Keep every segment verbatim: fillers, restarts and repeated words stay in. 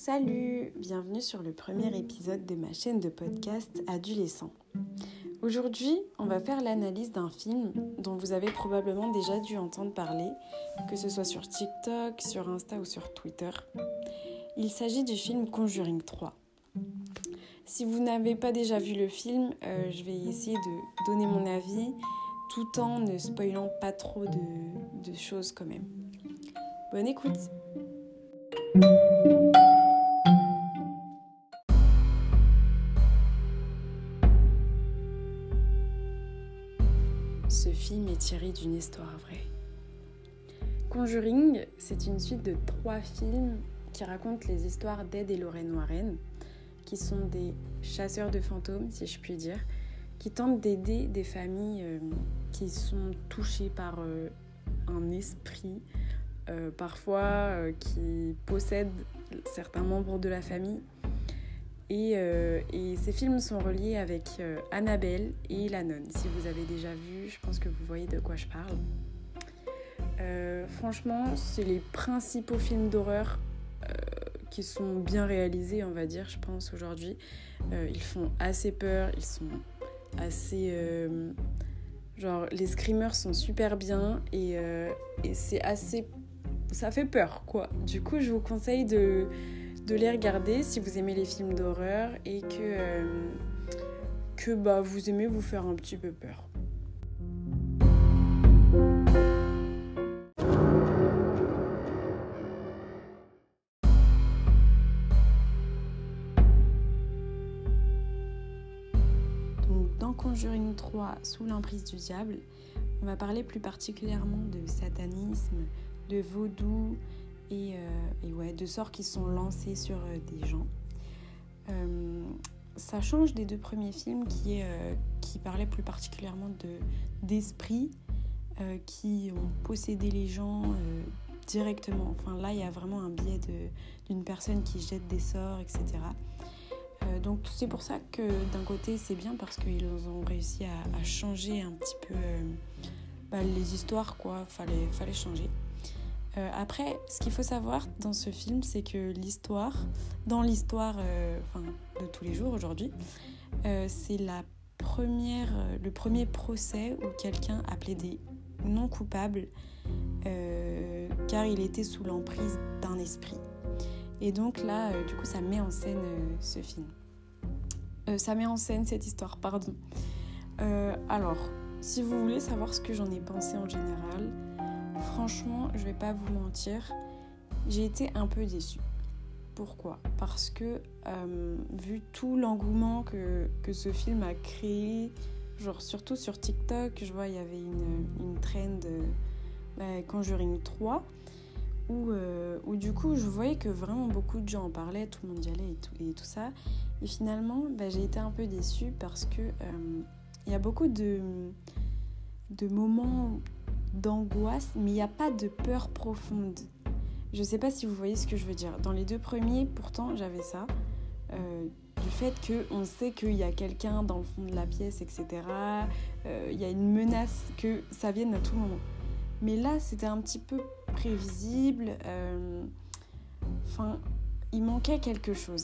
Salut, bienvenue sur le premier épisode de ma chaîne de podcast Adolescent. Aujourd'hui, on va faire l'analyse d'un film dont vous avez probablement déjà dû entendre parler, que ce soit sur TikTok, sur Insta ou sur Twitter. Il s'agit du film Conjuring trois. Si vous n'avez pas déjà vu le film, euh, je vais essayer de donner mon avis tout en ne spoilant pas trop de, de choses quand même. Bonne écoute! Ce film est tiré d'une histoire vraie. Conjuring, c'est une suite de trois films qui racontent les histoires d'Ed et Lorraine Warren, qui sont des chasseurs de fantômes, si je puis dire, qui tentent d'aider des familles euh, qui sont touchées par euh, un esprit, euh, parfois euh, qui possède certains membres de la famille. Et, euh, et ces films sont reliés avec euh, Annabelle et La Nonne. Si vous avez déjà vu, je pense que vous voyez de quoi je parle. Euh, franchement, c'est les principaux films d'horreur euh, qui sont bien réalisés, on va dire, je pense, aujourd'hui. Euh, ils font assez peur, ils sont assez... Euh, genre, les screamers sont super bien et, euh, et c'est assez... ça fait peur, quoi. Du coup, je vous conseille de... de les regarder si vous aimez les films d'horreur et que, euh, que bah, vous aimez vous faire un petit peu peur. Donc, dans Conjuring trois, sous l'emprise du diable, on va parler plus particulièrement de satanisme, de vaudou, Et, euh, et ouais, de sorts qui sont lancés sur euh, des gens. Euh, ça change des deux premiers films qui, euh, qui parlaient plus particulièrement de, d'esprits euh, qui ont possédé les gens euh, directement. Enfin là, il y a vraiment un biais de, d'une personne qui jette des sorts, et cetera. Euh, donc c'est pour ça que d'un côté, c'est bien parce qu'ils ont réussi à, à changer un petit peu euh, bah, les histoires, quoi. Fallait, fallait changer. Euh, après, ce qu'il faut savoir dans ce film, c'est que l'histoire, dans l'histoire euh, enfin, de tous les jours aujourd'hui, euh, c'est la première, euh, le premier procès où quelqu'un a plaidé non coupable euh, car il était sous l'emprise d'un esprit. Et donc là, euh, du coup, ça met en scène euh, ce film. Euh, ça met en scène cette histoire, pardon. Euh, alors, si vous voulez savoir ce que j'en ai pensé en général, franchement, je vais pas vous mentir, j'ai été un peu déçue. Pourquoi ? Parce que, euh, vu tout l'engouement que, que ce film a créé, genre surtout sur TikTok, je vois il y avait une, une trend euh, bah, Conjuring trois, où, euh, où du coup je voyais que vraiment beaucoup de gens en parlaient, tout le monde y allait et tout, et tout ça. Et finalement, bah, j'ai été un peu déçue parce que euh, il y a beaucoup de, de moments d'angoisse, mais il n'y a pas de peur profonde. Je sais pas si vous voyez ce que je veux dire. Dans les deux premiers, pourtant, j'avais ça. Euh, du fait qu'on sait qu'il y a quelqu'un dans le fond de la pièce, et cetera. Euh, il y a une menace que ça vienne à tout moment. Mais là, c'était un petit peu prévisible. Euh... Enfin, il manquait quelque chose.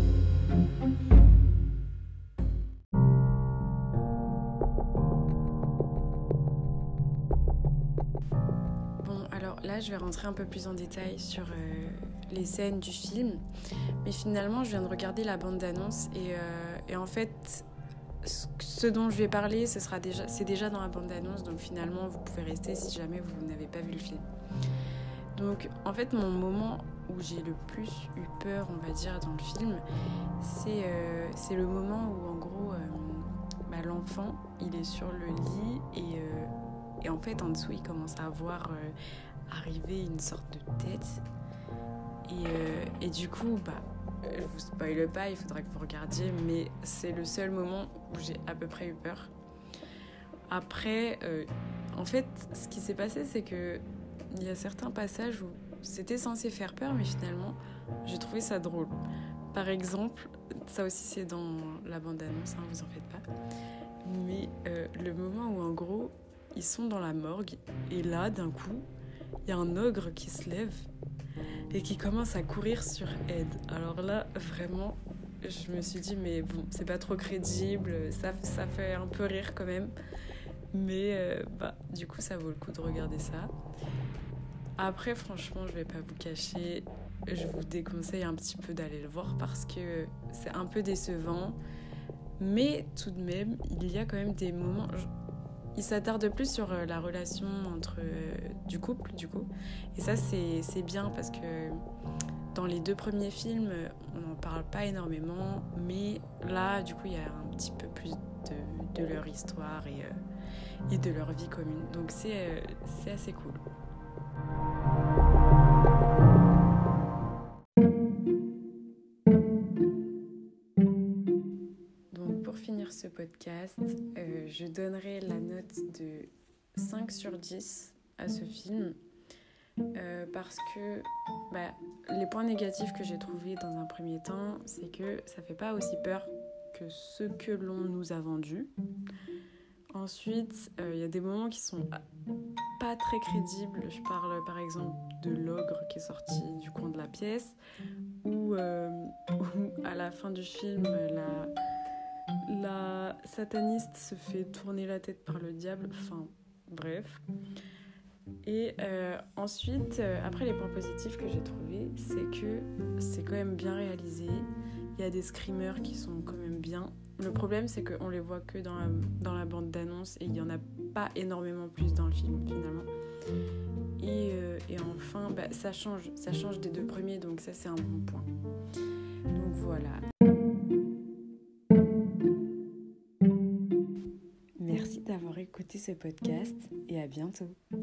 Là, je vais rentrer un peu plus en détail sur euh, les scènes du film. Mais finalement, je viens de regarder la bande-annonce et, euh, et en fait, ce dont je vais parler, ce sera déjà, c'est déjà dans la bande-annonce. Donc finalement, vous pouvez rester si jamais vous n'avez pas vu le film. Donc en fait, mon moment où j'ai le plus eu peur, on va dire, dans le film, c'est, euh, c'est le moment où, en gros, euh, bah, l'enfant, il est sur le lit et, euh, et en fait, en dessous, il commence à voir... Euh, arriver une sorte de tête et, euh, et du coup bah, je vous spoile pas, il faudra que vous regardiez, mais c'est le seul moment où j'ai à peu près eu peur. Après euh, en fait ce qui s'est passé, c'est que il y a certains passages où c'était censé faire peur, mais finalement j'ai trouvé ça drôle. Par exemple, ça aussi c'est dans la bande-annonce, hein, vous en faites pas, mais euh, le moment où en gros ils sont dans la morgue et là d'un coup il y a un ogre qui se lève et qui commence à courir sur Ed. Alors là, vraiment, je me suis dit, mais bon, c'est pas trop crédible, ça, ça fait un peu rire quand même. Mais euh, bah, du coup, ça vaut le coup de regarder ça. Après, franchement, je vais pas vous cacher, je vous déconseille un petit peu d'aller le voir parce que c'est un peu décevant. Mais tout de même, il y a quand même des moments... Il s'attarde plus sur la relation entre euh, du couple, du coup. Et ça, c'est, c'est bien parce que dans les deux premiers films, on n'en parle pas énormément. Mais là, du coup, il y a un petit peu plus de, de leur histoire et, euh, et de leur vie commune. Donc, c'est, euh, c'est assez cool. Donc, pour finir ce podcast, euh, je donnerai la note de cinq sur dix à ce film. Euh, parce que bah, les points négatifs que j'ai trouvés dans un premier temps, c'est que ça fait pas aussi peur que ce que l'on nous a vendu. Ensuite, il euh, y a des moments qui sont pas très crédibles. Je parle par exemple de l'ogre qui est sorti du coin de la pièce, ou euh, à la fin du film, la, la sataniste se fait tourner la tête par le diable. Enfin, bref. Et euh, ensuite, euh, après les points positifs que j'ai trouvés, c'est que c'est quand même bien réalisé. Il y a des screamers qui sont quand même bien. Le problème, c'est qu'on les voit que dans la, dans la bande-d'annonce et il n'y en a pas énormément plus dans le film, finalement. Et, euh, et enfin, bah, ça change, ça change des deux premiers, donc ça, c'est un bon point. Donc voilà. Merci d'avoir écouté ce podcast et à bientôt.